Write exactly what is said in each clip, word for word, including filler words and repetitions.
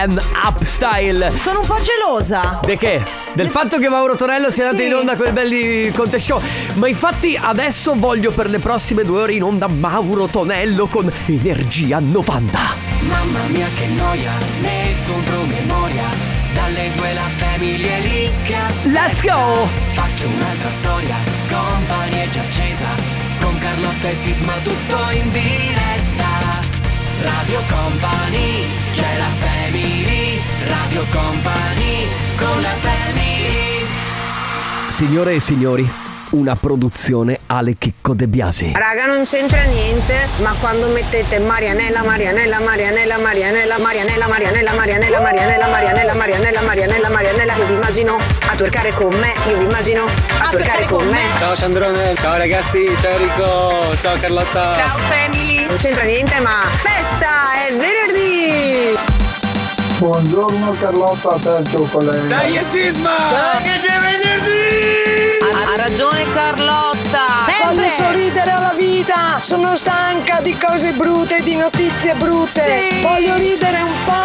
Turn Up Style. Sono un po' gelosa. De che? Del fatto che Mauro Tonello sia andato Sì. in onda con i belli Conte Show. Ma infatti adesso voglio per le prossime due ore in onda Mauro Tonello con Energia novanta. Mamma mia che noia, metto un promemoria. Dalle due la famiglia è lì che aspetta. Let's go! Faccio un'altra storia, compagnia è già accesa. Con Carlotta e Sisma tutto in diretta. Radio Company, c'è la family. Radio Company, con la family. Signore e signori, una produzione Ale Chicco De Biasi. Raga, non c'entra niente, ma quando mettete Marianella, Marianella, Marianella, Marianella, Marianella, Marianella, Marianella, Marianella, Marianella, Marianella, Marianella, Marianella, io vi immagino a twerkare con me, io vi immagino a twerkare con me. Ciao Sandrone, ciao ragazzi, ciao Enrico, ciao Carlotta. Ciao family. Non c'entra niente, ma festa è venerdì. Buongiorno Carlotta, a te il tuo collega. Dai Sisma! Dai che c'è venerdì! Ha, ha ragione Carlotta. Voglio sorridere alla vita. Sono stanca di cose brutte, di notizie brutte. Sì. Voglio ridere un po'.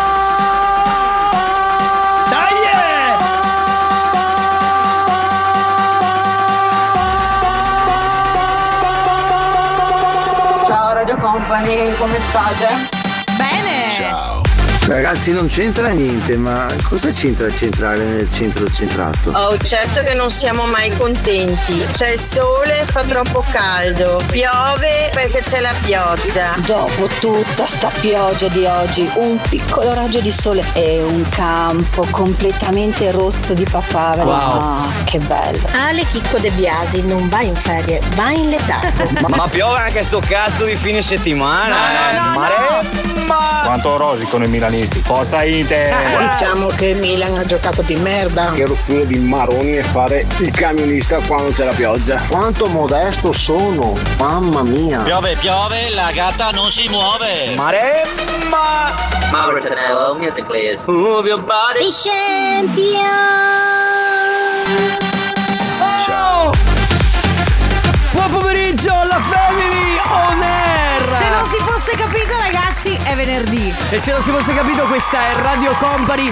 Dai! Ciao Radio Company, come state? Bene. Ciao. Ragazzi, non c'entra niente, ma cosa c'entra centrale nel centro centrato? Oh, certo che non siamo mai contenti. C'è il sole, fa troppo caldo. Piove perché c'è la pioggia. Dopo tutta sta pioggia di oggi, un piccolo raggio di sole e un campo completamente rosso di papaveri. Wow. Ah, che bello. Ale Chicco De Biasi non va in ferie, va in letargo. Ma, ma piove anche sto cazzo di fine settimana, eh? no, no, Maremma! Quanto rosicano i milanisti, forza Inter! Diciamo che il Milan ha giocato di merda. Che rottura di maroni e fare il camionista quando c'è la pioggia. Quanto modesto sono, mamma mia. Piove, piove, la gatta non si muove! Maremma! Mauro Tonello, music please. Move your body. Ciao! Buon pomeriggio alla Family On Air! Se non si fosse capito ragazzi è venerdì. E se non si fosse capito, questa è Radio Company.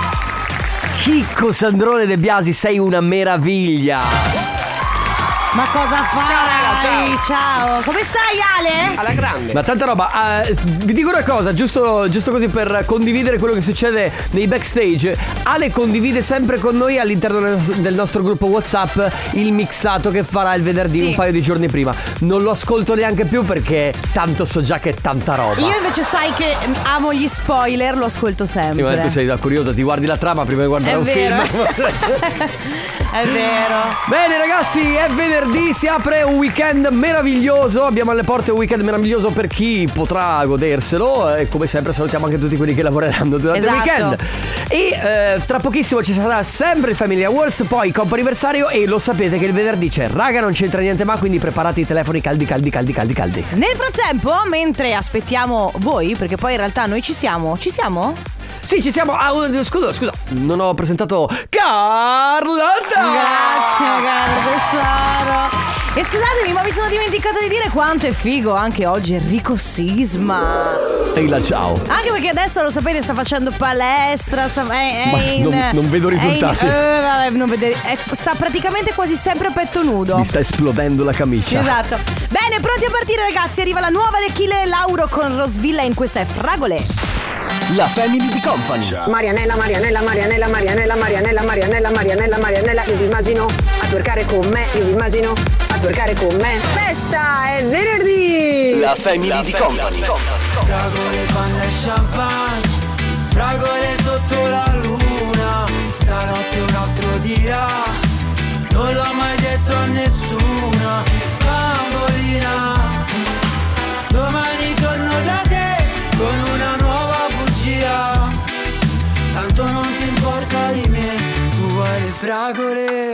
Chicco Sandrone De Biasi, sei una meraviglia. Ma cosa fai? Ciao, ciao. Come stai Ale? Alla grande! Ma tanta roba. eh, Vi dico una cosa, giusto, giusto così per condividere quello che succede nei backstage. Ale condivide sempre con noi all'interno del del nostro gruppo WhatsApp il mixato che farà il venerdì, Sì. un paio di giorni prima. Non lo ascolto neanche più perché tanto so già che è tanta roba. Io invece sai che amo gli spoiler, lo ascolto sempre. Sì, ma tu sei da curiosa, ti guardi la trama prima di guardare È un vero. film. È vero. Bene ragazzi, è venerdì, si apre un weekend meraviglioso. Abbiamo alle porte un weekend meraviglioso per chi potrà goderselo. E come sempre salutiamo anche tutti quelli che lavoreranno durante Esatto. il weekend. E eh, tra pochissimo ci sarà sempre il Family Awards, poi comp'anniversario. E lo sapete che il venerdì c'è Raga non c'entra niente ma, quindi preparate i telefoni caldi caldi caldi caldi caldi. Nel frattempo, mentre aspettiamo voi, perché poi in realtà noi ci siamo. Ci siamo? Sì, ci siamo. Ah, uh, scusa, scusa, non ho presentato Carlotta. Grazie, caro tesoro. E scusatemi, ma mi sono dimenticata di dire quanto è figo anche oggi Enrico Sisma. Ehi là, ciao. Anche perché adesso lo sapete, sta facendo palestra, sta, è, è Ma in, non- non vedo risultati. è in- eh, vabbè, non vedere, è- sta praticamente quasi sempre a petto nudo. Mi sta esplodendo la camicia. Esatto. Bene, pronti a partire ragazzi, arriva la nuova di Achille e Lauro con Rosvilla in questa è Fragole. La family di Company. Marianella, Marianella, Marianella, Marianella, Marianella, Marianella, Marianella, Marianella, io vi immagino a twerkare con me, io vi immagino a twerkare con me. Festa è venerdì! La family di Company. Fragole, panna e champagne, fragole sotto la luna. Stanotte un altro dirà, non l'ho mai detto a nessuna. Bambolina, domani torno da te con una nuova bugia. Tanto non ti importa di me, tu vuoi le fragole.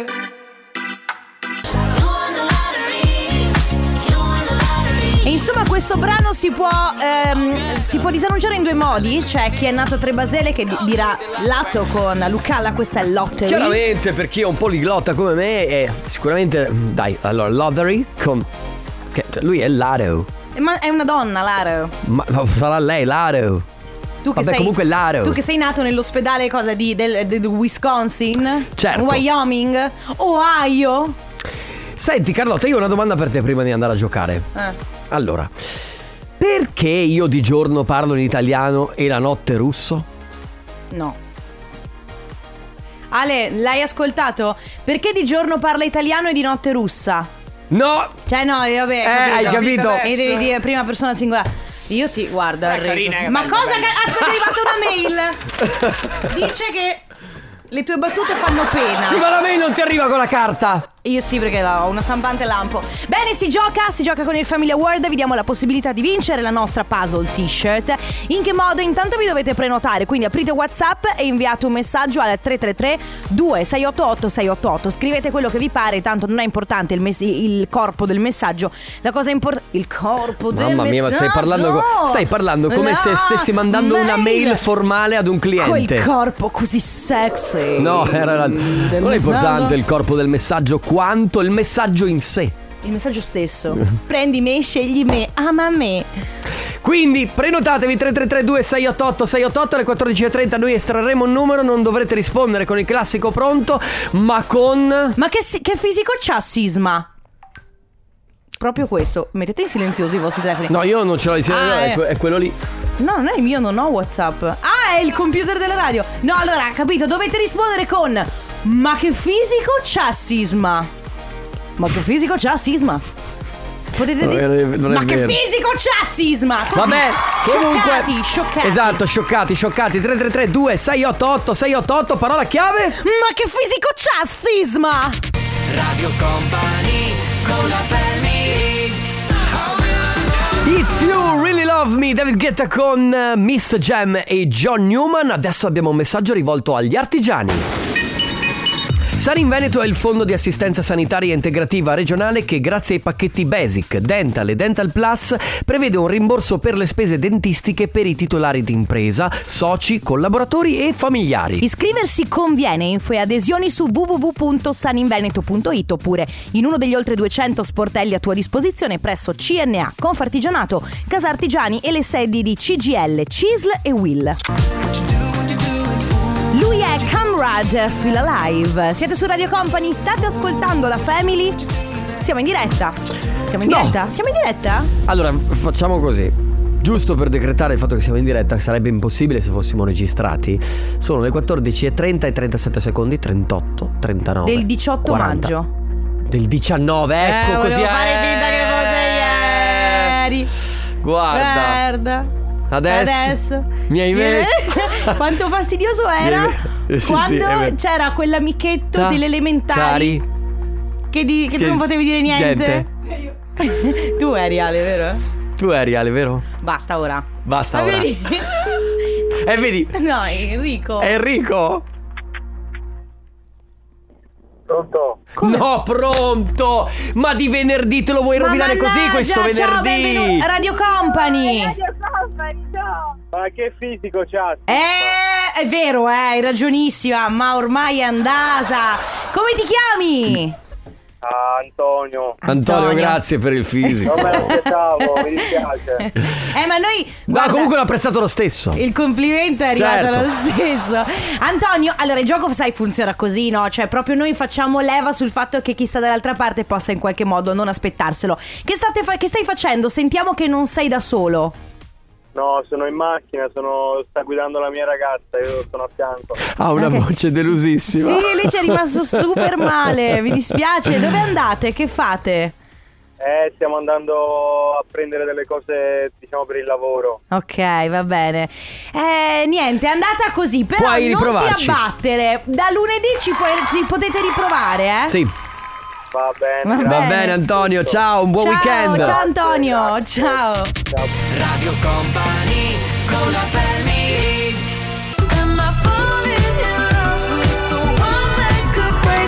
E insomma questo brano si può ehm, si può disannunciare in due modi. C'è chi è nato a Tre Basele che di- dirà lato con Lucalla, questa è Lottery. Chiaramente per chi è un poliglotta come me è sicuramente, dai, allora Lottery con che, cioè, lui è Laro. Ma è una donna, Lara. Ma ma sarà lei Laro. Tu che Vabbè, sei, comunque l'Aro. Tu che sei nato nell'ospedale cosa di del, del Wisconsin? Certo. Wyoming? Ohio? Senti Carlotta, io ho una domanda per te prima di andare a giocare. Eh. Allora, perché io di giorno parlo in italiano e la notte russo? No. Ale, l'hai ascoltato? Perché di giorno parla italiano e di notte russa? No. Cioè no, vabbè, Eh, hai capito? E devi dire prima persona singolare. Io ti guarda, È carina, è ma bella, cosa bella. che aspetta, è arrivata una mail. Dice che le tue battute fanno pena. Sì, ma la mail non ti arriva con la carta. Io sì, perché ho una stampante lampo. Bene, si gioca, si gioca con il Family Award. Vi diamo la possibilità di vincere la nostra puzzle t-shirt. In che modo? Intanto vi dovete prenotare. Quindi aprite WhatsApp e inviate un messaggio al tre tre tre due sei otto otto sei otto otto. Scrivete quello che vi pare, tanto non è importante il, mess- il corpo del messaggio. La cosa importante, il corpo del Mamma mia, ma messaggio. stai parlando, co- stai parlando come La se stessi mandando mail. una mail formale ad un cliente. Quel corpo così sexy. No, era la- del non è messaggio. importante il corpo del messaggio quanto il messaggio in sé. Il messaggio stesso. Prendi me, scegli me, ama me. Quindi prenotatevi tre tre tre due sei otto otto sei otto otto. Alle quattordici e trenta noi estrarremo un numero. Non dovrete rispondere con il classico pronto, ma con... Ma che, si- che fisico c'ha Sisma? Proprio questo. Mettete in silenzioso i vostri telefoni. No, io non ce l'ho insieme, Ah, è, eh. que- è quello lì. No, non è il mio, non ho WhatsApp. Ah, è il computer della radio. No, allora, capito, dovete rispondere con: ma che fisico c'ha Sisma? Ma che fisico c'ha Sisma? Potete No, dire: non è- non è ma che vero. fisico c'ha Sisma? Così, Vabbè, comunque scioccati, scioccati. Esatto, scioccati, scioccati. tre tre tre due sei otto otto sei otto otto. Parola chiave. Ma che fisico c'ha Sisma? Radio Company con la family. If You Really Love Me, David Guetta con uh, Miss Jam e John Newman. Adesso abbiamo un messaggio rivolto agli artigiani. Sanin Veneto è il fondo di assistenza sanitaria integrativa regionale che grazie ai pacchetti Basic, Dental e Dental Plus prevede un rimborso per le spese dentistiche per i titolari di impresa, soci, collaboratori e familiari. Iscriversi conviene. Info e adesioni su w w w punto saninveneto punto it oppure in uno degli oltre duecento sportelli a tua disposizione presso C N A, Confartigianato, Casartigiani e le sedi di C G L, C I S L e Will. Lui è Camrad, Feel Alive. Siete su Radio Company, state ascoltando la Family. Siamo in diretta. Siamo in No. diretta? Siamo in diretta? Allora, facciamo così. Giusto per decretare il fatto che siamo in diretta, sarebbe impossibile se fossimo registrati. Sono le quattordici e trenta e trentasette secondi, trentotto, trentanove. Del diciotto quaranta. maggio. Del diciannove, ecco eh, così. volevo fare eh. finta che fosse ieri. Guarda. Guarda. Adesso, Adesso. mi hai messo. Quanto fastidioso era Eh, sì, quando sì, è vero. c'era quell'amichetto Ta- delle elementari Cari. che, di, che tu Che- non potevi dire niente. Tu eri Ale, vero? Tu eri Ale, vero? Basta ora. Basta Ma ora. vedi? E vedi, No, Enrico. è Enrico. Pronto? No, pronto. Ma di venerdì te lo vuoi Ma rovinare così mannaggia, questo ciao, venerdì? benvenuto a Radio Company. Ma che fisico c'ha? Eh, è vero, eh, hai ragionissima, ma ormai è andata. Come ti chiami? Ah, Antonio. Antonio, grazie per il fisico. Non me l'aspettavo, mi dispiace. Eh, ma noi Ma guarda, comunque l'ho apprezzato lo stesso. il complimento è arrivato Certo. lo stesso. Antonio, allora il gioco sai funziona così, no? Cioè proprio noi facciamo leva sul fatto che chi sta dall'altra parte possa in qualche modo non aspettarselo. Che, state fa- che stai facendo? Sentiamo che non sei da solo. No, sono in macchina, sono, sta guidando la mia ragazza, io sono a fianco. Ha una Ok. voce delusissima. Sì, lì c'è rimasto super male. Mi dispiace. Dove andate? Che fate? Eh, stiamo andando a prendere delle cose, diciamo, per il lavoro. Ok, va bene. Eh, niente, è andata così. Però Puoi non ti riprovarci. abbattere. Da lunedì ci puoi, ti potete riprovare, eh? Sì, Va bene. Va va bene. bene Antonio, ciao, un buon ciao, weekend. ciao Antonio, ciao. Radio Company con la family. Am I falling in love with the one that could break my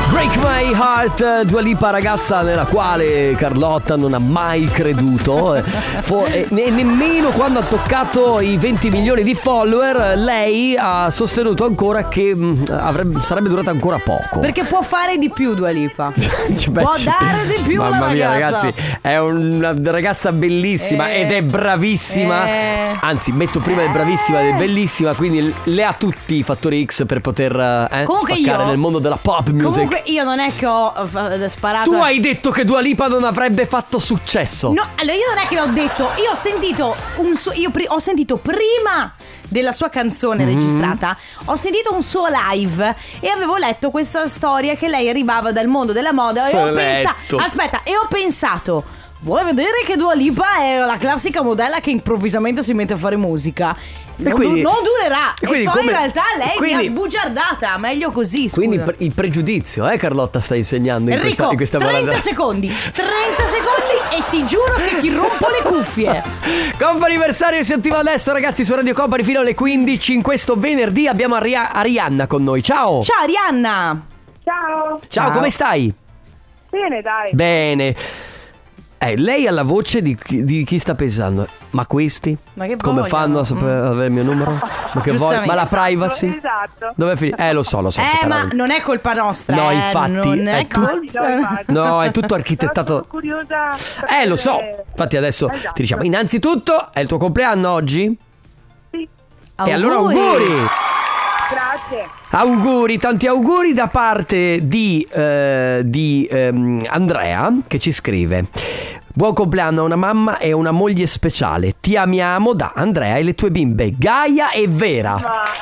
Break My Heart, Dua Lipa, ragazza nella quale Carlotta non ha mai creduto. For- e nemmeno quando ha toccato i venti milioni di follower lei ha sostenuto ancora che mh, avrebbe, sarebbe durata ancora poco. Perché può fare di più Dua Lipa. Beh, può dare di più alla mamma mia, ragazza. ragazzi, è una ragazza bellissima Eh. ed è bravissima. Eh. Anzi, metto prima del bravissima ed è bellissima, quindi le ha tutti i fattori X per poter eh, Comunque spaccare io- nel mondo della pop music. Comunque io non è che ho eh, sparato. Tu hai detto che Dua Lipa non avrebbe fatto successo. No, allora io non è che l'ho detto. Io ho sentito un suo. Io pri- ho sentito prima della sua canzone Mhm. registrata, ho sentito un suo live e avevo letto questa storia che lei arrivava dal mondo della moda e ho Ho pensato. letto. Aspetta, e ho pensato. Vuoi vedere che Dua Lipa è la classica modella che improvvisamente si mette a fare musica? Non, quindi- du- non durerà. e E, quindi poi come- in realtà lei quindi- mi ha sbugiardata. Meglio così, scusa. Quindi pre- il pregiudizio, eh, Carlotta, sta insegnando in Enrico, questa, in questa trenta parata. secondi trenta secondi e ti giuro che ti rompo le cuffie. Comp'anniversario si attiva adesso, ragazzi, su Radio Company fino alle quindici. In questo venerdì abbiamo Aria- Arianna con noi. Ciao. Ciao Arianna. Ciao. Ciao, come stai? Bene, dai. Bene. Eh, lei ha la voce di chi, di chi sta pensando. Ma questi? Ma che Come vogliono? fanno a sapere, avere il mio numero? Ma che Giustamente. voglio? Ma la privacy? Esatto. Dove è finito? Eh, lo so, lo so. Eh c'è ma ragione. non è colpa nostra. No, eh, infatti, non è è tu- colpa. No, è tutto Sono architettato. curiosa. Eh, lo so. Infatti adesso Esatto. ti diciamo. Innanzitutto, è il tuo compleanno oggi? Sì. E allora auguri! Grazie. Auguri, tanti auguri da parte di, eh, di ehm, Andrea che ci scrive: buon compleanno a una mamma e una moglie speciale. Ti amiamo da Andrea e le tue bimbe Gaia e Vera.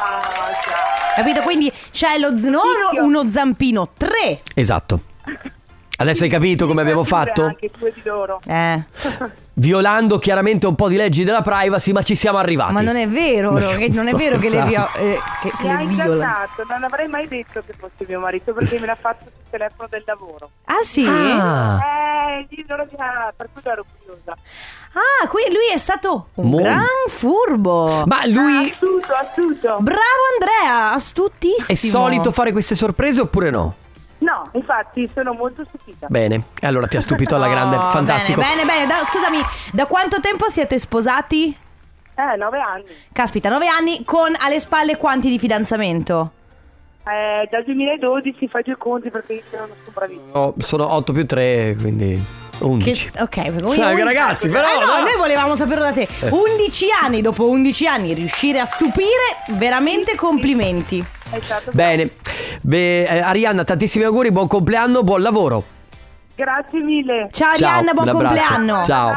Capito? Quindi c'è lo z- non uno zampino, tre. Esatto. Adesso hai capito come abbiamo fatto? Anche due di loro. Eh. Violando chiaramente un po' di leggi della privacy, ma ci siamo arrivati. Ma non è vero, Ma no, che non è sto vero che le, vio- scherzando. eh, che, che Mi le ha viola. ingannato, non avrei mai detto che fosse mio marito perché me l'ha fatto sul telefono del lavoro. Ah sì? Ah. Eh, sì, allora già, per cui ero curiosa. Ah, quindi lui è stato un Mo- gran furbo. Ma lui Astuto, astuto. Bravo Andrea, astutissimo. è solito fare queste sorprese oppure no? No, infatti sono molto stupita. Bene, e allora ti ha stupito alla grande, Oh, fantastico. Bene, bene, bene. Da- scusami, da quanto tempo siete sposati? Eh, nove anni. Caspita, nove anni con alle spalle quanti di fidanzamento? Eh, dal duemiladodici fai due conti perché io non sono bravissima. Oh, sono otto più tre, quindi undici. Che, ok, quindi Cioè, un- ragazzi, però, Eh no, no. noi volevamo saperlo da te. undici anni, dopo undici anni riuscire a stupire, veramente complimenti. È stato Bene. Beh, eh, Arianna, tantissimi auguri, buon compleanno, buon lavoro. Grazie mille. Ciao Arianna, buon un abbraccio. compleanno. Ciao.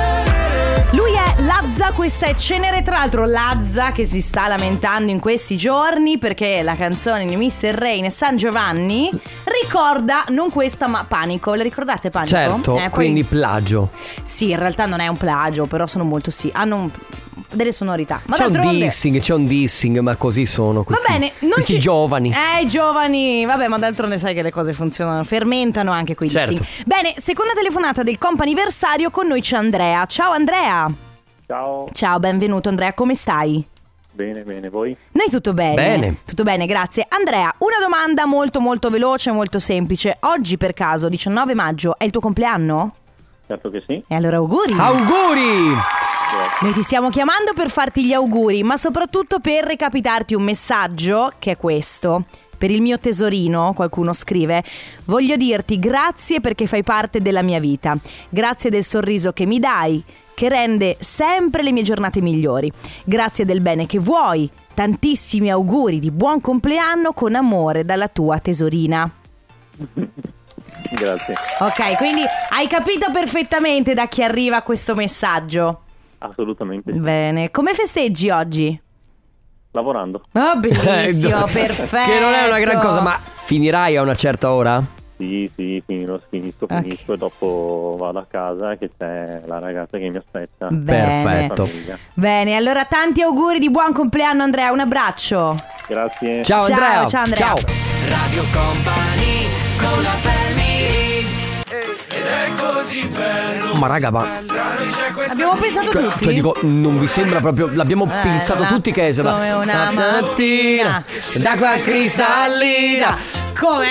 Lui è Lazza, questa è Cenere. Tra l'altro Lazza che si sta lamentando in questi giorni perché la canzone di mister Rain e San Giovanni ricorda non questa ma Panico. La ricordate Panico? Certo, Eh, poi- quindi plagio. Sì, in realtà non è un plagio, però sono molto sì, hanno un- delle sonorità. Ma C'è un d'altronde- dissing, c'è un dissing, ma così sono Va questi, bene, non questi ci- giovani. Eh, i giovani, vabbè, ma d'altronde sai che le cose funzionano, fermentano anche qui. Certo. Bene, seconda telefonata del comp'anniversario, con noi c'è Andrea. Ciao Andrea. Ciao. Ciao, benvenuto Andrea, come stai? Bene, bene, voi? Noi tutto bene. Bene. Tutto bene, grazie. Andrea, una domanda molto molto veloce, molto semplice. Oggi per caso, diciannove maggio, è il tuo compleanno? Certo che sì. E allora auguri. Auguri! Noi ti stiamo chiamando per farti gli auguri, ma soprattutto per recapitarti un messaggio che è questo. Per il mio tesorino, qualcuno scrive: voglio dirti grazie perché fai parte della mia vita. Grazie del sorriso che mi dai, che rende sempre le mie giornate migliori. Grazie del bene che vuoi. Tantissimi auguri di buon compleanno con amore dalla tua tesorina. Grazie. Ok, quindi hai capito perfettamente da chi arriva questo messaggio. Assolutamente sì. Bene, come festeggi oggi? Lavorando. Oh, bellissimo, Eh, perfetto. Che non è una gran cosa, ma finirai a una certa ora? Sì, sì, finirò, finisco, Ok. finisco e dopo vado a casa che c'è la ragazza che mi aspetta. Bene. Perfetto. Famiglia. Bene, allora tanti auguri di buon compleanno Andrea, un abbraccio. Grazie. Ciao, Ciao, Andrea. ciao, Andrea. Ciao. Radio Company con la family. Ed è così bello. Ma raga, ma Abbiamo pensato cioè, tutti? cioè, dico, non vi sembra proprio, l'abbiamo Eh, pensato la- tutti che sarà come una mattina d'acqua cristallina. come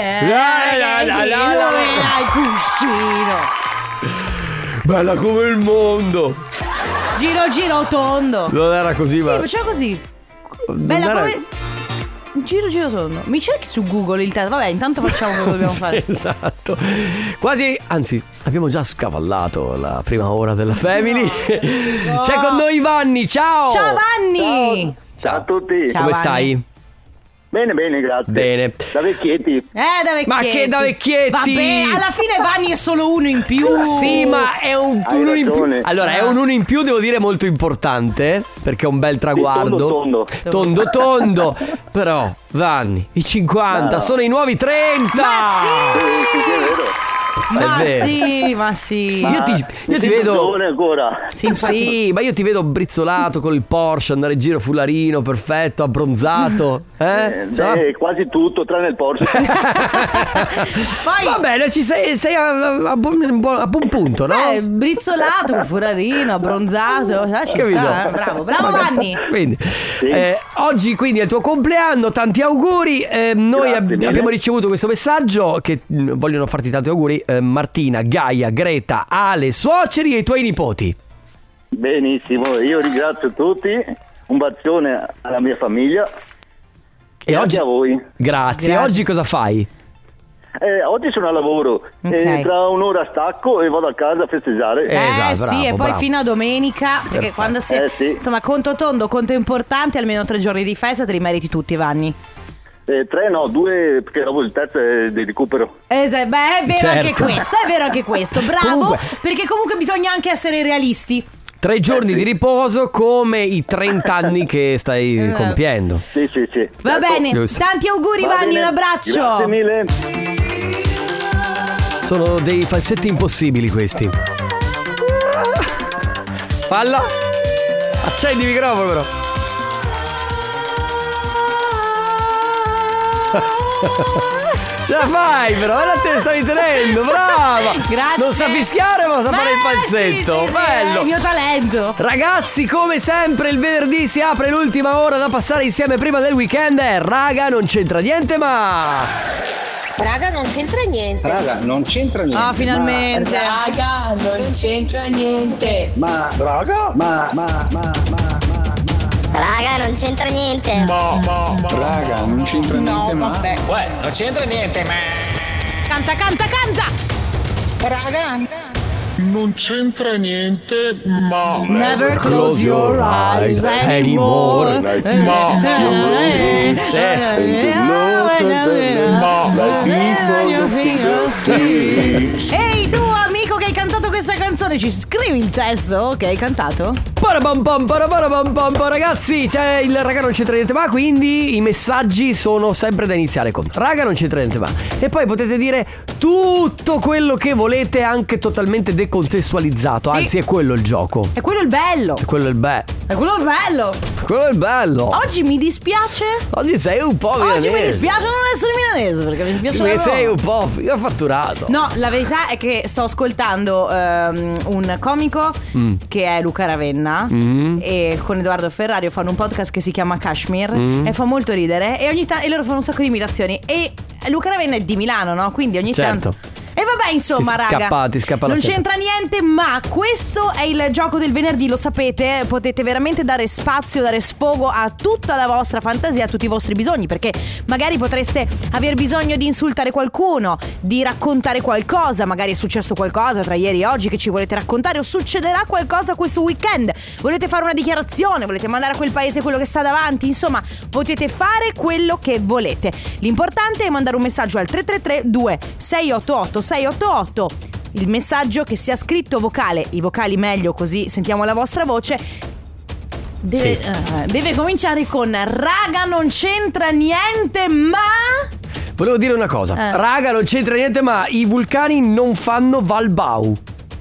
il cuscino. Bella come il mondo. Giro giro tondo. Non era così, sì, ma faceva così. non Bella era... come giro giro tondo. Mi cerchi su Google il testo. Vabbè, intanto facciamo quello che dobbiamo fare. Esatto. Quasi, anzi, abbiamo già scavallato la prima ora della Family. No. C'è con noi Vanni, ciao. Ciao Vanni. Ciao, ciao a tutti. Ciao, come Vanni. stai? Bene, bene, grazie. Bene. Da vecchietti. Eh, da vecchietti. Ma che da vecchietti? Vabbè, alla fine Vanni è solo uno in più. Sì, ma è un Hai uno in più. ragione. Allora, è un uno in più, devo dire, molto importante, perché è un bel traguardo. Sì, tondo, tondo, tondo. Però, Vanni, i cinquanta No. sono i nuovi trenta. Ma sì. Sì, sì, sì, è vero. Ma È vero. sì, ma sì. Io ti, io Mi ti sento vedo. giovane ancora. Sì, infatti. Sì, ma io ti vedo brizzolato con il Porsche, andare in giro fularino, perfetto, abbronzato. Eh? Eh, Sa- beh, quasi tutto, tranne il Porsche. Poi Va bene, ci sei, sei a, a buon, a buon punto, no? Eh, brizzolato, con furadino, abbronzato, eh, ci Capito? sta, eh. Bravo, bravo Vanni. Quindi, Sì. eh, oggi quindi è il tuo compleanno, tanti auguri. Eh, noi Grazie ab- mille. abbiamo ricevuto questo messaggio che mh, vogliono farti tanti auguri. eh, Martina, Gaia, Greta, Ale, suoceri e i tuoi nipoti. Benissimo, io ringrazio tutti. Un bacione alla mia famiglia. E anche oggi a voi. Grazie. Grazie. Oggi cosa fai? Eh, oggi sono a lavoro. Ok. Eh, tra un'ora stacco e vado a casa a festeggiare. Eh, Eh esatto, sì, bravo, e poi bravo. fino a domenica, perché Perfetto. quando si Eh, sì. insomma, conto tondo, conto importante, almeno tre giorni di festa te li meriti tutti, Vanni. Eh, tre no, due, perché dopo il terzo è di recupero. Esatto, beh, è vero Certo. anche questo, è vero anche questo, bravo, Comunque- perché comunque bisogna anche essere realisti. Tre giorni di riposo come i trenta anni che stai Eh. compiendo. Sì, sì, sì. Va Certo. bene, Giusto. tanti auguri Va Vanni, bene. un abbraccio. Grazie mille. Sono dei falsetti impossibili questi. Falla. Accendi il microfono però. Ce la fai però, guarda te stavi tenendo, brava. Grazie. Non sa fischiare ma sa fare il Beh, falsetto. sì, sì, Bello. È il mio talento. Ragazzi, come sempre il venerdì si apre l'ultima ora da passare insieme prima del weekend. E raga, non c'entra niente ma... Raga, non c'entra niente. Raga, non c'entra niente. Ah, finalmente. Raga, non c'entra niente. Ma, raga? Ma, ma, ma, ma, ma, Raga, non c'entra niente. ma, ma, raga, non c'entra niente, ma. Uè, non c'entra niente, ma... Canta, canta, canta. Raga. Non c'entra niente, ma. Never close your eyes anymore. Ehi tu amico che hai cantato questa canzone, ci scrivi il testo che hai cantato? Parabam pam, parabam pam pam. Ragazzi, c'è il raga non c'entra niente ma, quindi i messaggi sono sempre da iniziare con raga non c'entra niente ma. E poi potete dire tutto quello che volete, anche totalmente decontestualizzato. Sì. Anzi, è quello il gioco. È quello il bello. È quello il be. È quello il bello. Quello è il bello. Oggi mi dispiace. Oggi sei un po' milanese. Oggi mi dispiace non essere milanese perché mi dispiace Sì, la sei roba. un po' figo fatturato. No, la verità è che sto ascoltando ehm, un comico Mm. che è Luca Ravenna Mm. e con Edoardo Ferrario fanno un podcast che si chiama Kashmir Mm. e fa molto ridere e ogni tanto e loro fanno un sacco di imitazioni e Luca Ravenna è di Milano, no? Quindi ogni Certo. tanto. E vabbè, insomma, Ti raga, scappa- ti scappa non l'accento. c'entra niente, ma questo è il gioco del venerdì, lo sapete. Potete veramente dare spazio, dare sfogo a tutta la vostra fantasia, a tutti i vostri bisogni, perché magari potreste aver bisogno di insultare qualcuno, di raccontare qualcosa. Magari è successo qualcosa tra ieri e oggi che ci volete raccontare, o succederà qualcosa questo weekend. Volete fare una dichiarazione, volete mandare a quel paese quello che sta davanti. Insomma, potete fare quello che volete. L'importante è mandare un messaggio al tre tre tre due sei otto otto sei otto otto. Il messaggio che sia scritto vocale, i vocali meglio, così sentiamo la vostra voce. Deve, Sì. eh, deve cominciare con raga non c'entra niente ma... Volevo dire una cosa. Eh. Raga, non c'entra niente ma i vulcani non fanno Valbau.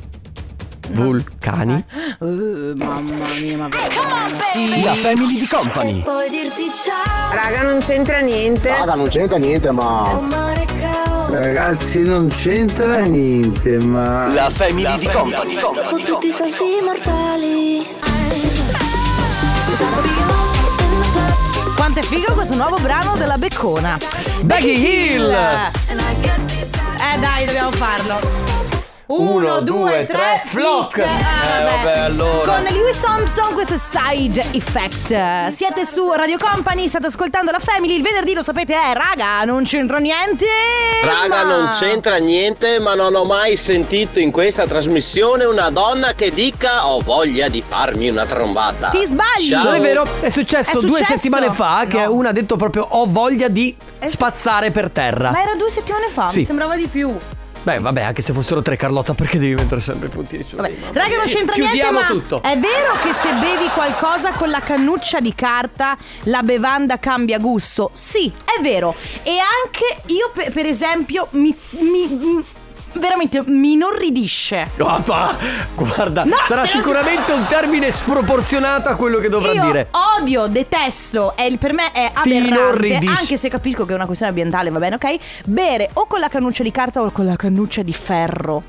Vulcani. Uh, mamma mia, ma La Family di Company. Raga, non c'entra niente. Raga, non c'entra niente, ma. Ragazzi, non c'entra niente, ma. La Family di Company. Con tutti i salti mortali. Quanto veramente figo questo nuovo brano della Beccona. Becky Hill. Eh dai, dobbiamo farlo. Uno, due, tre, flock. Eh, Eh, vabbè, allora. Con Lewis Thompson, questo è Side Effect. Siete su Radio Company, state ascoltando la Family. Il venerdì, lo sapete, è raga, non c'entra niente. Raga, ma... non c'entra niente, ma non ho mai sentito in questa trasmissione una donna che dica ho voglia di farmi una trombata. Ti sbagli. Ciao. Non è vero, è successo, È due successo? settimane fa che No. una ha detto proprio ho voglia di spazzare per terra. Ma era due settimane fa, Sì. mi sembrava di più. Beh, vabbè, anche se fossero tre, Carlotta, perché devi mettere sempre i puntini su? Vabbè, raga, non c'entra Chiudiamo niente, ma tutto. è vero che se bevi qualcosa con la cannuccia di carta la bevanda cambia gusto? Sì, è vero. E anche io, per, per esempio, mi, mi, mi- veramente mi inorridisce. Guarda, guarda No, sarà te lo- sicuramente un termine sproporzionato a quello che dovrà Io dire. odio, detesto, è il- per me è Ti aberrante, inorridisce. anche se capisco che è una questione ambientale, va bene, ok? Bere o con la cannuccia di carta o con la cannuccia di ferro.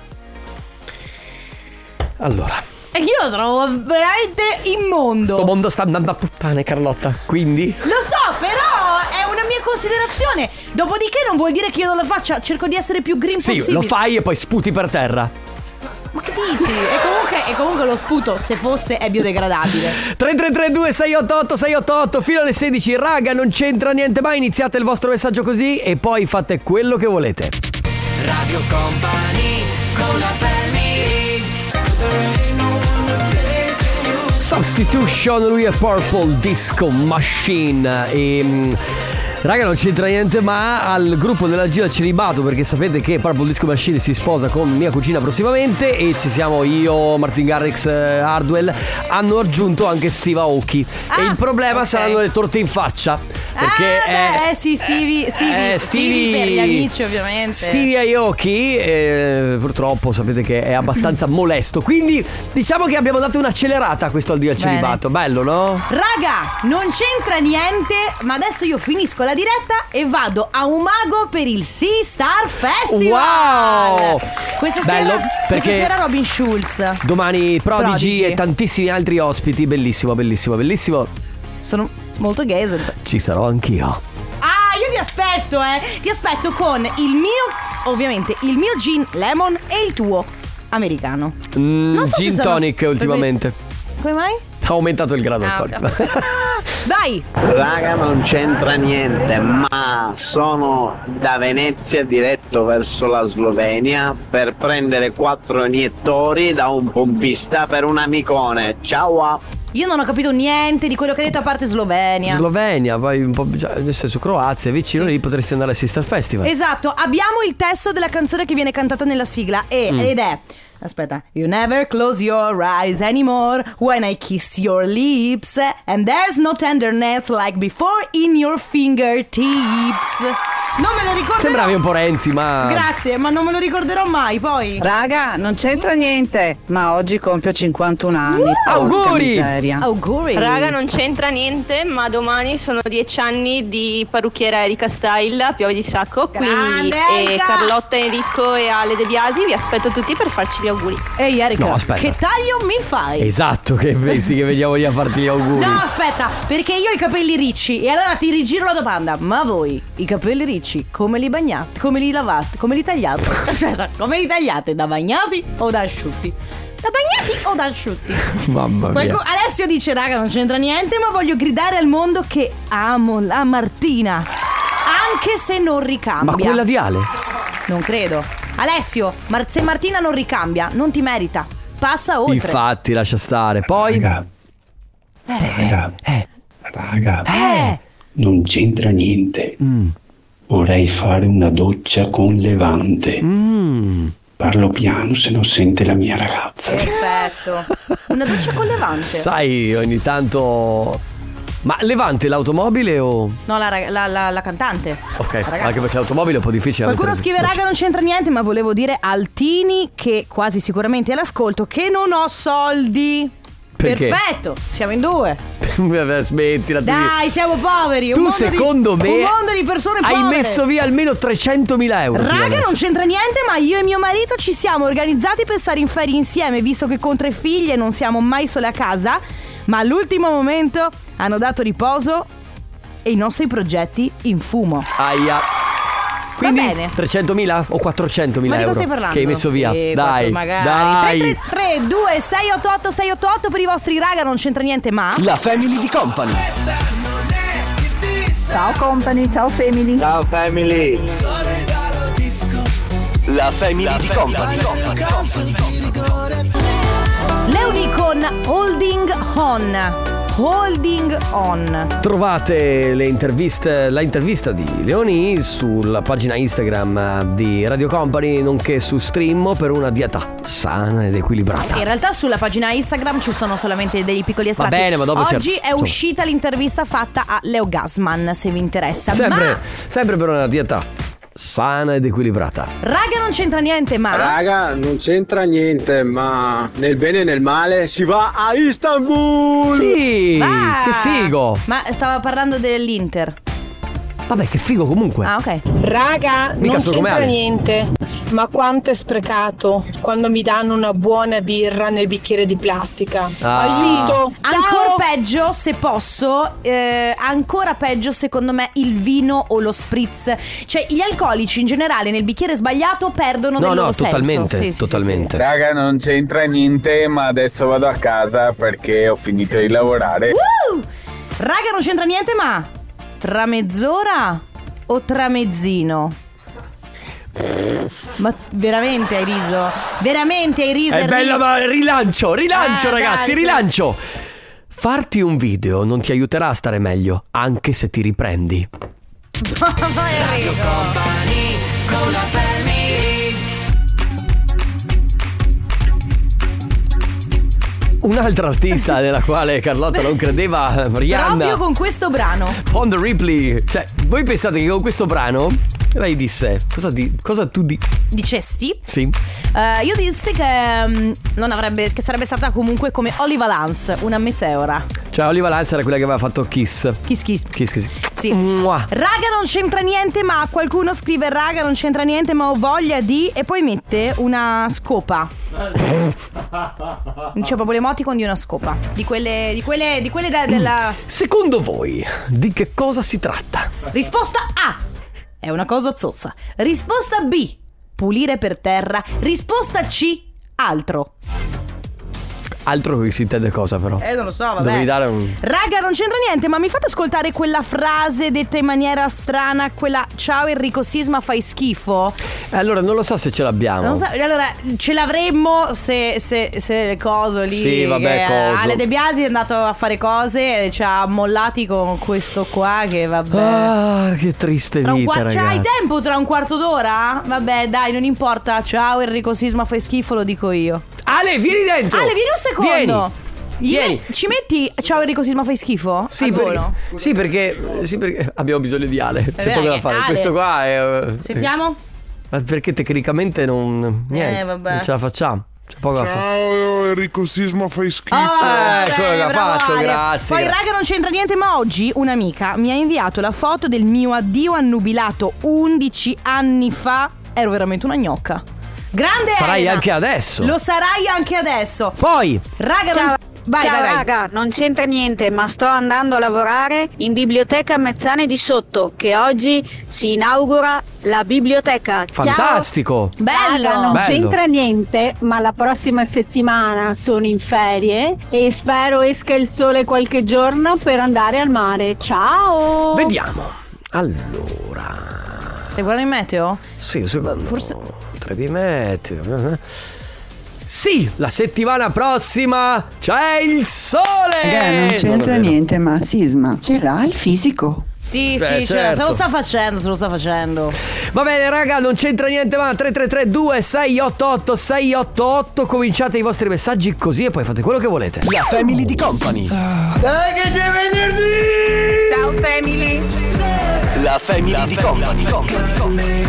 Allora, E io lo trovo veramente immondo. sto mondo sta andando a puttane, Carlotta. Quindi Lo so, però è una mia considerazione. Dopodiché non vuol dire che io non la faccia. Cerco di essere più green sì, possibile. lo fai e poi sputi per terra. Ma che dici? E comunque, e comunque lo sputo, se fosse, è biodegradabile. tre tre tre due sei otto otto sei otto otto fino alle sedici. Raga, non c'entra niente mai. Iniziate il vostro messaggio così e poi fate quello che volete. Radio Company con la Family. Substitution, lui è Purple Disco Machine. E mm, raga, non c'entra niente ma al gruppo della Gira Celibato, perché sapete che Purple Disco Machine si sposa con mia cugina prossimamente e ci siamo io, Martin Garrix, eh, Hardwell. Hanno aggiunto anche Steve Aoki. Ah, e il problema ok. saranno le torte in faccia. Perché ah, beh, è- eh sì, Stevie, Stevie, eh, Stevie per gli amici, ovviamente. Stevie Aoki eh, purtroppo sapete che è abbastanza molesto. Quindi diciamo che abbiamo dato un'accelerata a questo al dio al Bene. celibato. Bello, no? Raga, non c'entra niente, ma adesso io finisco la diretta e vado a Umago per il Sea Star Festival. Wow! Questa Bello, sera, perché questa sera Robin Schulz. Domani Prodigy, Prodigy. e tantissimi altri ospiti. Bellissimo, bellissimo, bellissimo. Sono molto gay. Ci sarò anch'io. Ah, io ti aspetto, eh. Ti aspetto con il mio, ovviamente, il mio gin lemon e il tuo americano. Mm, Non so se gin sarà- tonic ultimamente. Come mai? Ha aumentato il grado Ah, alcolico. ok. Dai. Raga, non c'entra niente, ma sono da Venezia diretto verso la Slovenia per prendere quattro iniettori da un pompista per un amicone. Ciao! ah. Io non ho capito niente di quello che hai detto a parte Slovenia. Slovenia, vai un po', già, nel senso Croazia, vicino lì potresti andare al Sister Festival. Esatto, abbiamo il testo della canzone che viene cantata nella sigla e, Mm. ed è aspetta. You never close your eyes anymore when I kiss your lips and there's no tenderness like before in your fingertips. Non me lo ricorderò. Sembravi un po' Renzi, ma Grazie, ma non me lo ricorderò mai poi. Raga, non c'entra niente, ma oggi compio cinquantuno anni. Uh, porca auguri! miseria. Auguri. Raga, non c'entra niente, ma domani sono dieci anni di parrucchiera Erika Style a Piove di Sacco. Quindi Grande, eh, Erika! Carlotta, Enrico e Ale De Biasi vi aspetto tutti per farci gli auguri. Ehi Erika, No, aspetta. che taglio mi fai? esatto, che pensi che veniamo lì a farti gli auguri. No, aspetta, perché io ho i capelli ricci. E allora ti rigiro la domanda. Ma voi, i capelli ricci, come li bagnate? Come li lavate? Come li tagliate? Aspetta, come li tagliate? Da bagnati o da asciutti? Da bagnati o da asciutti? Mamma mia. Qualcuno- Alessio dice, raga, non c'entra niente, ma voglio gridare al mondo che amo la Martina. Anche se non ricambia. Ma quella di Ale? Non credo. Alessio, Mar- se Martina non ricambia, non ti merita. Passa oltre. Infatti, lascia stare. Poi Raga, raga, eh. raga, Eh. non c'entra niente. Mm. Vorrei fare una doccia con levante. Mm. Parlo piano se non sente la mia ragazza. Perfetto. Una doccia con levante. Sai, ogni tanto. Ma Levante l'automobile o. No, la, rag- la, la, la cantante. Ok, Ragazzi. anche perché l'automobile è un po' difficile. Qualcuno mettere- scrive, raga, non c'entra niente, ma volevo dire al Tini, che quasi sicuramente è all'ascolto, che non ho soldi. Perché? Perfetto, siamo in due. Smettila. tu- Dai, siamo poveri. un Tu mondo secondo di, me un mondo di persone hai povere. messo via almeno trecentomila euro. fino Raga, adesso. non c'entra niente, ma io e mio marito ci siamo organizzati per stare in ferie insieme, visto che con tre figlie non siamo mai sole a casa. Ma all'ultimo momento hanno dato riposo e i nostri progetti in fumo. Aia. Quindi Va bene. trecentomila o quattrocentomila Ma di euro cosa stai parlando? che hai messo via? Sì, Dai, magari. dai. tre tre tre due sei otto otto sei otto otto per i vostri raga, non c'entra niente ma. La family di Company. Ciao company, ciao family. Ciao family. La family La di Company. Leoni con Holding On. Holding On. Trovate le interviste, la intervista di Leoni sulla pagina Instagram di Radio Company, nonché su Stream per una dieta sana ed equilibrata. In realtà sulla pagina Instagram ci sono solamente dei piccoli estratti. Va bene, ma dopo oggi c'è- è uscita l'intervista fatta a Leo Gassman, se vi interessa. Sempre, Ma sempre per una dieta sana ed equilibrata. raga, non c'entra niente, ma Raga, non c'entra niente, ma nel bene e nel male si va a Istanbul. Sì, Ah! che figo. Ma stava parlando dell'Inter. Vabbè, che figo comunque. Ah, ok. Raga, Mica non solo come c'entra Ale. niente, ma quanto è sprecato quando mi danno una buona birra nel bicchiere di plastica. Ah. Aiuto! Ancora peggio, se posso, eh, ancora peggio secondo me il vino o lo spritz. Cioè gli alcolici in generale nel bicchiere sbagliato perdono No, del no, loro totalmente, senso. Sì, sì, totalmente. Raga, non c'entra niente, ma adesso vado a casa perché ho finito di lavorare. Uh! Raga, non c'entra niente, ma tra mezz'ora o tra mezzino? Ma veramente hai riso? Veramente hai riso? È e bella, ri- ma rilancio, rilancio Ah, ragazzi, dai, rilancio. Farti un video non ti aiuterà a stare meglio, anche se ti riprendi. Radio Company con la family. Un'altra artista nella quale Carlotta non credeva, Rihanna. Proprio con questo brano. On the Ripley. Cioè, voi pensate che con questo brano lei disse cosa, di, cosa tu di Dicesti? Sì. Eh, io dissi che mm, non avrebbe, che sarebbe stata comunque come Oliva Lance, una meteora. Cioè Oliva Lance era quella che aveva fatto Kiss. Kiss Kiss. Kiss Kiss. Sì. Mua. Raga, non c'entra niente, ma qualcuno scrive raga, non c'entra niente, ma ho voglia di, e poi mette una scopa. C'è proprio l'emoticon di una scopa. Di quelle, di quelle, di quelle da- della. Secondo voi di che cosa si tratta? Risposta A: è una cosa zozza. Risposta B: pulire per terra. Risposta C: altro. Altro che si intende cosa però. Eh, non lo so, vabbè. Dovevi dare un... Raga, non c'entra niente, ma mi fate ascoltare quella frase detta in maniera strana, quella ciao Enrico Sisma fai schifo? Eh, allora non lo so se ce l'abbiamo. Non so, allora ce l'avremmo se, se, se coso lì. Sì, vabbè, che coso. Ale De Biasi è andato a fare cose e ci ha mollati con questo qua che vabbè. Ah, che triste Tra un vita, qua- ragazzi. c'hai tempo tra un quarto d'ora? Vabbè, dai, non importa. Ciao Enrico Sisma fai schifo, lo dico io. Ale, vieni dentro. Ale, vieni un secondo. Gli Vieni. me- ci metti ciao Enrico Sisma fai schifo? Sì, Al perché, volo? sì, perché sì, perché abbiamo bisogno di Ale. C'è beh, poco da che fare. Ale. Questo qua è. eh, Sentiamo? Ma perché tecnicamente non. Niente. Eh, vabbè. Non ce la facciamo. C'è poco da fare. Ciao Enrico Sisma fai schifo. Oh, ecco bene, che ha bravo fatto, Ale. grazie. Poi raga, non c'entra niente, ma oggi un'amica mi ha inviato la foto del mio addio annubilato undici anni fa. Ero veramente una gnocca. Grande Sarai Elena. anche adesso. Lo sarai anche adesso. Poi Raga, Ciao, non... vai, ciao vai, vai. raga, non c'entra niente, ma sto andando a lavorare in biblioteca Mezzane di Sotto, che oggi si inaugura la biblioteca. fantastico. Bello. Raga, non Bello. c'entra niente, ma la prossima settimana sono in ferie e spero esca il sole qualche giorno per andare al mare. Ciao! Vediamo. Allora. Stai guardando il meteo? Sì, un secondo. Forse- Tre di meteo. Sì, la settimana prossima c'è il sole. Raga, non c'entra niente, ma Sisma ce l'ha il fisico. Sì, Beh, sì, ce- certo. se lo sta facendo, se lo sta facendo. Va bene raga, non c'entra niente ma tre tre tre due sei otto otto sei otto otto. Cominciate i vostri messaggi così e poi fate quello che volete. La family di Company. Dai che c'è venerdì! Ciao family! La family di Company.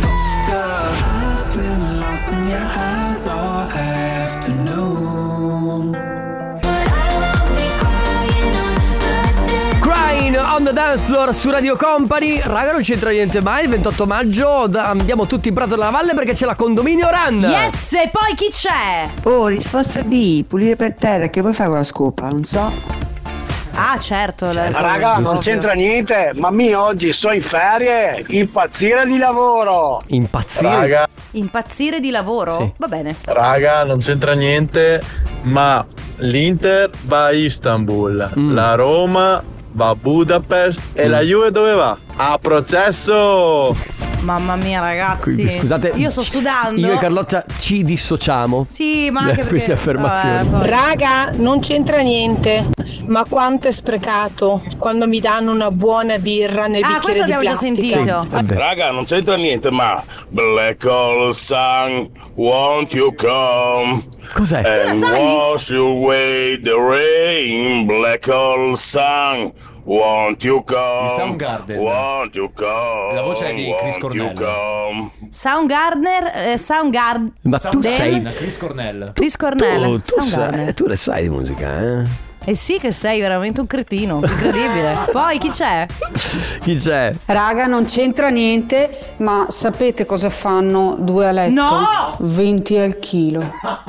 Crying on the dance floor su Radio Company. Raga, non c'entra niente mai. Il ventotto maggio da- andiamo tutti in Prato della Valle perché c'è la Condominio Run. Yes, e poi chi c'è? Oh, risposta B, pulire per terra, che vuoi fare con la scopa? Non so. Ah, certo. la- Raga, non c'entra niente, ma mi oggi sono in ferie, impazzire di lavoro. Impazzire? Raga, Impazzire di lavoro? Sì. Va bene. raga, non c'entra niente, ma l'Inter va a Istanbul, Mm. la Roma va a Budapest e Mm. la Juve dove va? A processo! Mamma mia, ragazzi. Quindi, scusate, Io sto sudando. Io e Carlotta ci dissociamo Sì, ma da anche perché queste affermazioni. Vabbè, poi- Raga, non c'entra niente, ma quanto è sprecato quando mi danno una buona birra nel Ah, questo bicchiere di l'abbiamo già plastica. sentito. Vabbè. Raga, non c'entra niente, ma Black Hole Sun, won't you come? Cos'è? And Tu la sai? wash away the rain, Black Hole Sun, won't you come? Di Soundgarden. Won't you come? La voce è di Chris Won't you Cornell. come? Soundgarden, eh, Soundgarden. Ma tu sei Chris Cornell. Chris Cornell. tu, tu, Soundgarden. sai, tu le sai di musica, eh? Eh sì che sei veramente un cretino, incredibile. Poi chi c'è? Chi c'è? Raga, non c'entra niente, ma sapete cosa fanno due a letto? No! venti al chilo.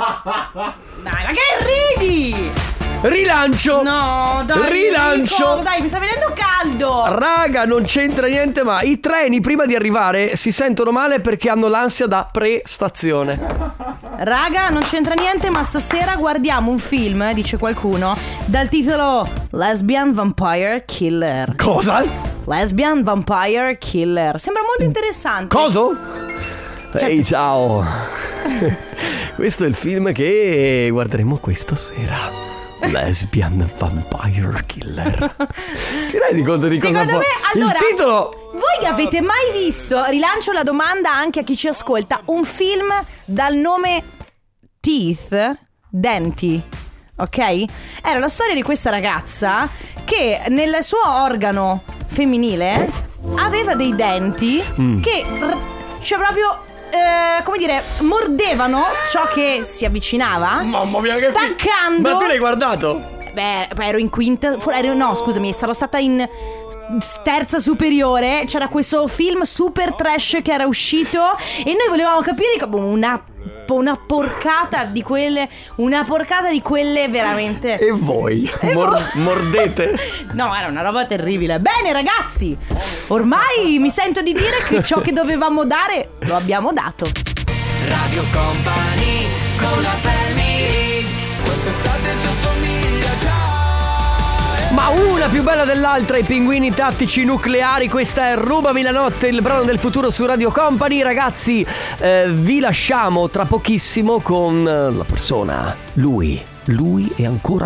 Dai, ma che ridi? Rilancio! No, dai. Rilancio! Enrico, dai, mi sta venendo caldo. Raga, non c'entra niente, ma i treni prima di arrivare si sentono male perché hanno l'ansia da prestazione. Raga, non c'entra niente, ma stasera guardiamo un film, dice qualcuno, dal titolo Lesbian Vampire Killer. Cosa? Lesbian Vampire Killer. Sembra molto interessante. Coso? Certo. Ehi, ciao! Questo è il film che guarderemo questa sera. Lesbian Vampire Killer. Ti rendi conto di cosa Secondo può... me, allora, il titolo... voi avete mai visto, rilancio la domanda anche a chi ci ascolta, un film dal nome Teeth, denti, ok? Era la storia di questa ragazza che nel suo organo femminile aveva dei denti Mm. che, r- cioè proprio... eh, come dire, mordevano ciò che si avvicinava. Mamma mia, che fi- staccando. Ma tu l'hai guardato? Beh, beh, ero in quinta. fu- ero- no, scusami, sarò stata in terza superiore. C'era questo film super trash che era uscito e noi volevamo capire come una, una porcata di quelle. Una porcata di quelle veramente. E voi? Mor- mordete? No, era una roba terribile. Bene, ragazzi, ormai mi sento di dire che ciò che dovevamo dare lo abbiamo dato. Radio Company con la family. Quest'estate ci assomiglia già. Ma una più bella dell'altra, i pinguini tattici nucleari. Questa è Rubami la notte, il brano del futuro su Radio Company. Ragazzi, eh, vi lasciamo tra pochissimo con eh, la persona. Lui, lui e ancora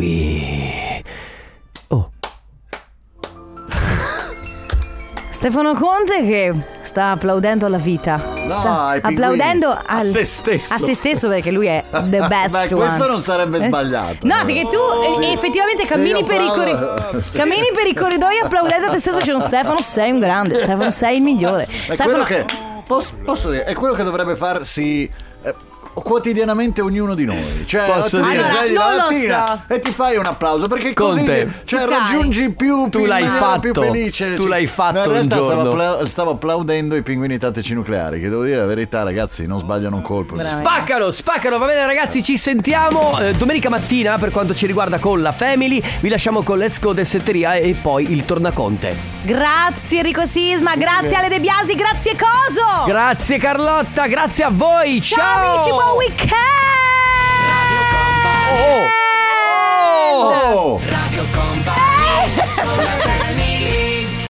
lui. Oh. Stefano Conte che sta applaudendo alla vita. No, sta ai pinguini. applaudendo al- A se stesso. a se stesso perché lui è the best Beh, questo one. non sarebbe Eh? sbagliato. No, perché tu eh, Sì. effettivamente Se cammini io per, i corri- applaudo- sì. cammini per i corridoi applaudendo a te stesso. C'è uno Stefano, sei un grande. Stefano, sei il migliore. È Stefano, quello che posso, posso dire, è quello che dovrebbe farsi eh, quotidianamente ognuno di noi. Cioè, Posso tu ti dire? svegli Allora, la non lo mattina so. e ti fai un applauso perché Conte, così cioè, dai. raggiungi più, Tu più l'hai in maniera fatto. più felice. Tu l'hai fatto Ma in un realtà stavo, giorno. appla- stavo applaudendo i pinguini tattici nucleari, che devo dire la verità, ragazzi, non sbagliano un colpo. Spaccano, spaccano, va bene ragazzi, ci sentiamo eh, domenica mattina per quanto ci riguarda con la Family. Vi lasciamo con Let's Go Dessetteria e poi il Tornaconte. grazie Enrico Sisma, grazie Ale De Biasi, grazie Coso. Grazie Carlotta, grazie a voi. Ciao, Ciao amici, buon weekend. Oh. Oh. Radio Company con la family.